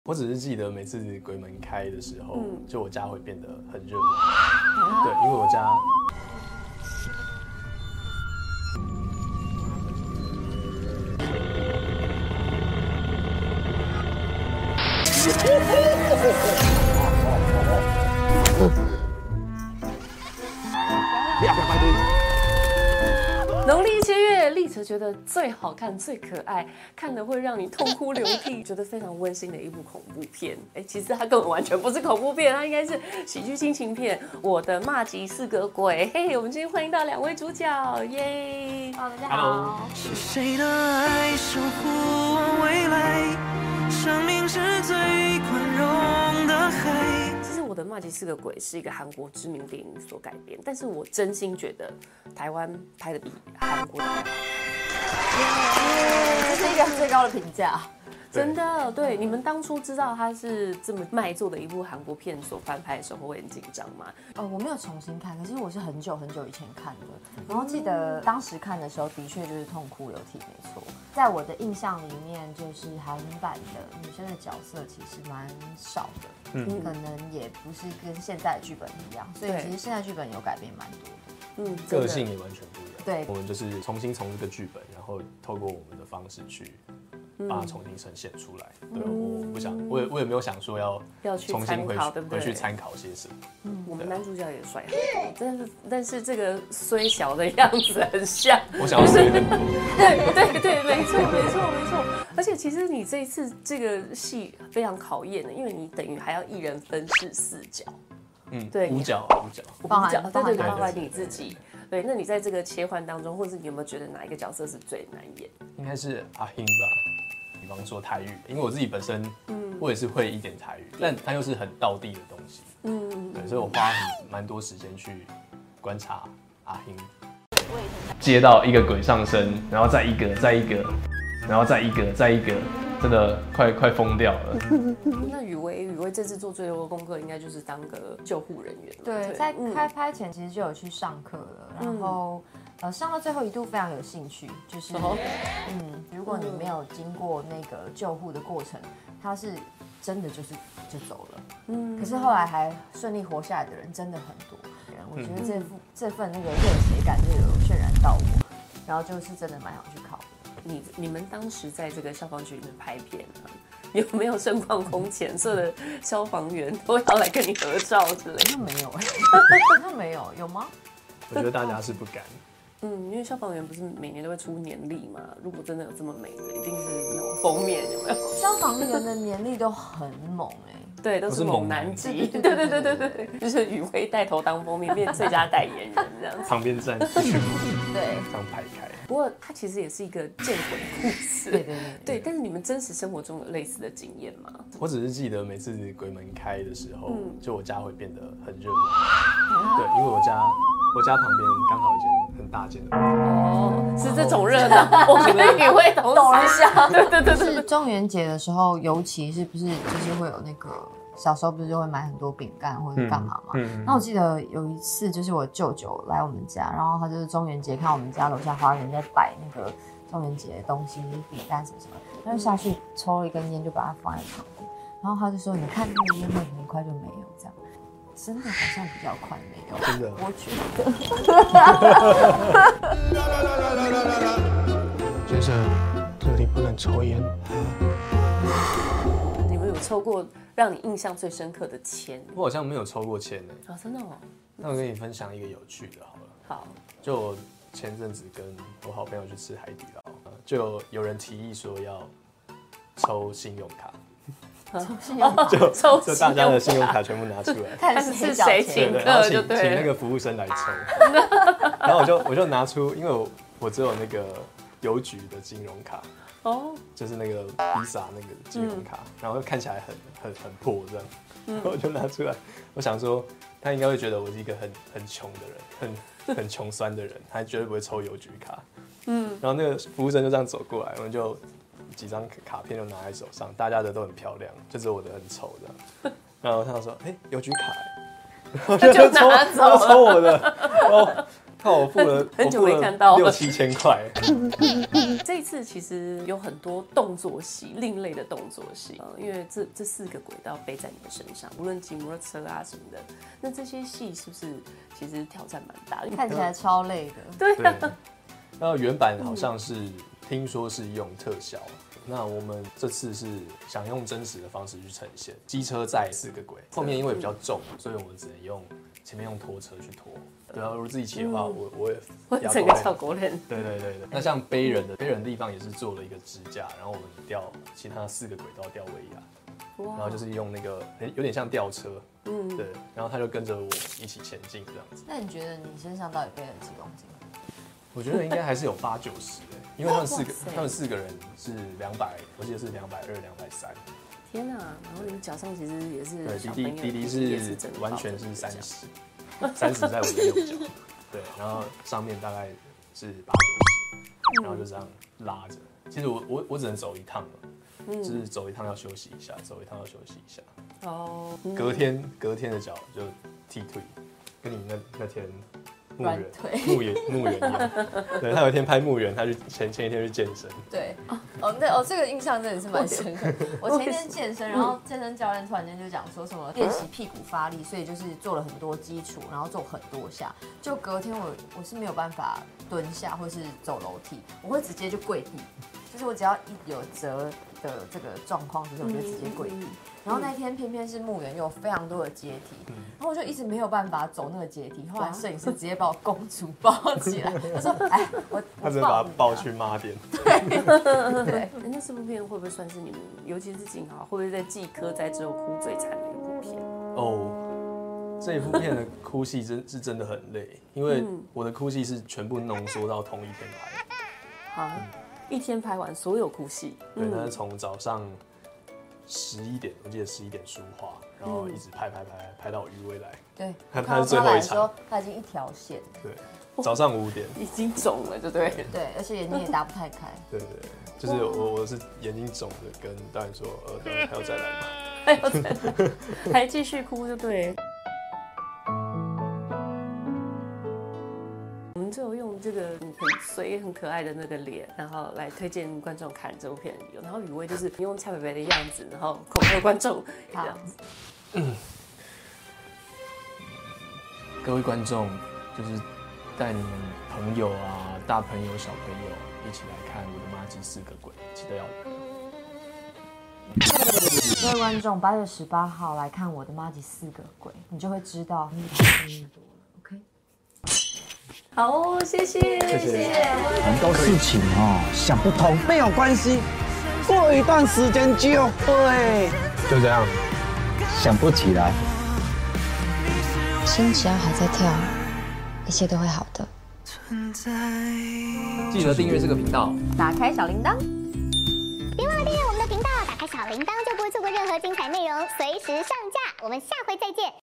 我只是记得每次鬼门开的时候，就我家会变得很热闹。对，因为我家农历7月，立喆觉得最好看、最可爱，看的会让你痛哭流涕，觉得非常温馨的一部恐怖片。其实它根本完全不是恐怖片，它应该是喜剧亲情片。我的骂吉是个鬼。嘿嘿，我们今天欢迎到2位主角，耶！ 大家好。 是谁的爱守护我未来？生命是最宽容的海。 其实我的骂吉是个鬼是一个韩国知名电影所改编，但是我真心觉得台湾拍的比韩国的还好。 这是一个最高的评价。 真的，对，你们当初知道它是这么卖座的一部韩国片所翻拍的时候，会很紧张吗？ 我没有重新看，可是我是很久很久以前看的，然后记得当时看的时候，的确就是痛哭流涕，没错。在我的印象里面，就是韩版的女生的角色其实蛮少的，可能也不是跟现在的剧本一样，所以其实现在剧本有改变蛮多的。 个性也完全不一样。 对， 我们就是重新从这个剧本，然后透过我们的方式去把它重新呈现出来。对，我不想，我也没有想说要去重新回去参考些什么。 我们男主角也帅很多，但是这个虽小的样子很像。 我想要衰很多。 对，没错。而且其实你这一次这个戏非常考验的，因为你等于还要一人分饰4角。 对，5角， 对，包含你自己。对，那你在这个切换当中，或者是你有没有觉得哪一个角色是最难演？ 应该是阿hin吧，比方说台语，因为我自己本身我也是会一点台语，但它又是很道地的东西，对，所以我花蛮多时间去观察阿hin接到一个鬼上身，然后再一个，然后再一个。真的快疯掉了。 那雨薇这次做最多的功课，应该就是当个救护人员了。 对，在开拍前其实就有去上课了，然后上到最后一度非常有兴趣，就是如果你没有经过那个救护的过程，他是真的就走了。可是后来还顺利活下来的人真的很多。我觉得这份那个热血感就有渲染到我，然后就是真的蛮想去考的。 你们当时在这个消防局里面拍片啊，有没有盛况空前色的消防员都要来跟你合照之类的？ 没有那没有，有吗？ 我觉得大家是不敢。 因为消防员不是每年都会出年历嘛，如果真的有这么美的，一定是那种封面，有没有？ 消防员的年历都很猛对，都是猛男级，对，就是雨薇带头当封面，变最佳代言人这样子， 旁边站对， 这样排开。 不过它其实也是一个见鬼故事，对。但是你们真实生活中有类似的经验吗？ 我只是记得每次鬼门开的时候，就我家会变得很热闹。对，因为我家旁边刚好有一间很大间的。 是这种热闹，我跟雨薇懂一下。对。 是中元节的时候，尤其是不是就是会有那个小时候不是就会买很多饼干或者干嘛嘛？那我记得有一次就是我舅舅来我们家，然后他就是中元节看我们家楼下花园在摆那个中元节的东西，饼干什么，他就下去抽了一根烟，就把它放在旁边，然后他就说：“你看那个烟会很快就没有这样。”真的好像比较快没有， 真的， 我觉得。 先生，这里不能抽烟。 你们有抽过让你印象最深刻的签？ 我好像没有抽过签真的哦。 那我跟你分享一个有趣的好了。 好。就我前阵子跟我好朋友去吃海底捞，就有人提议说要抽信用卡。就大家的信用卡全部拿出来， 看是谁请客就对了， 请那个服务生来抽。然后我就拿出，因为我只有那个邮局的金融卡，就是那个 Visa 那个金融卡，然后看起来很破这样，然后我就拿出来，我想说他应该会觉得我是一个很穷的人，很穷酸的人，他绝对不会抽邮局卡。然后那个服务生就这样走过来，我们就几张卡片就拿在手上，大家的都很漂亮，就只有我的很丑的。然后他说：“邮局卡。”然后就抽我的， 看我付了很久没看到了 6、7千块。 这一次其实有很多动作戏，另类的动作戏，因为这4个轨道背在你的身上，无论骑摩托车啊什么的，那这些戏是不是其实挑战蛮大的？ 看起来超累的。 对啊。 然后原版好像是听说是用特效，那我们这次是想用真实的方式去呈现。机车载4个轨，后面因为比较重，所以我们只能用前面用拖车去拖。对啊，如果自己骑的话，我也整个效果链。 对。那像背人的地方也是做了一个支架，然后我们吊其他4个轨都要吊威亚，然后就是用那个有点像吊车，对，然后他就跟着我一起前进这样子。 那你觉得你身上到底背了几公斤？ 我觉得应该还是有80、90因为他们4个人是200，我记得是220、230。 天哪！然后你脚上其实也是对，弟弟是完全是30在我的右脚，对，然后上面大概是80、90，然后就这样拉着。其实我只能走一趟了，就是走一趟要休息一下，走一趟要休息一下。哦，隔天的脚就踢腿，跟你那天。墓园一样，对，他有一天拍墓园，他去前一天去健身。 对，这个印象真的是蛮深刻。我前一天健身，然后健身教练突然间就讲说什么练习屁股发力，所以就是做了很多基础，然后做很多下。就隔天我是没有办法蹲下或是走楼梯，我会直接就跪地，就是我只要一有折的这个状况，就是我就直接跪地。然后那天偏偏是墓园，有非常多的阶梯，然后我就一直没有办法走那个阶梯。后来摄影师直接把我公主抱起来，他说：“哎， 他直接把他抱去妈店。” 对。 那这部片会不会算是你们，尤其是景豪，会不会在继柯在之后哭最惨的一部片？ 哦，这一部片的哭戏真的很累，因为我的哭戏是全部浓缩到同一天拍。 好，一天拍完所有哭戏。 对，那是从早上11点，我记得11点书画，然后一直拍到余威来。 对， 他是最后一场， 他已经一条线。 对，早上5点， 已经肿了，对不对？ 对，而且眼睛也打不太开。 对，就是我是眼睛肿的，跟导演说，还要再来吗？ 还要再来，还继续哭就对。最后用这个很随很可爱的那个脸，然后来推荐观众看这部片的理由。然后雨薇就是用蔡北北的样子，然后恐吓观众这样子。 各位观众，就是带你们朋友啊、大朋友、小朋友一起来看我的妈鸡4个轨，记得要来。 各位观众，8月18号来看我的妈鸡4个轨，你就会知道你太多了。OK。 好哦，谢谢。 很多事情想不通没有关系，过一段时间就会。 就这样， 想不起来。 心只要还在跳，一切都会好的。 记得订阅这个频道， 打开小铃铛。 别忘了订阅我们的频道，打开小铃铛就不会错过任何精彩内容，随时上架。我们下回再见。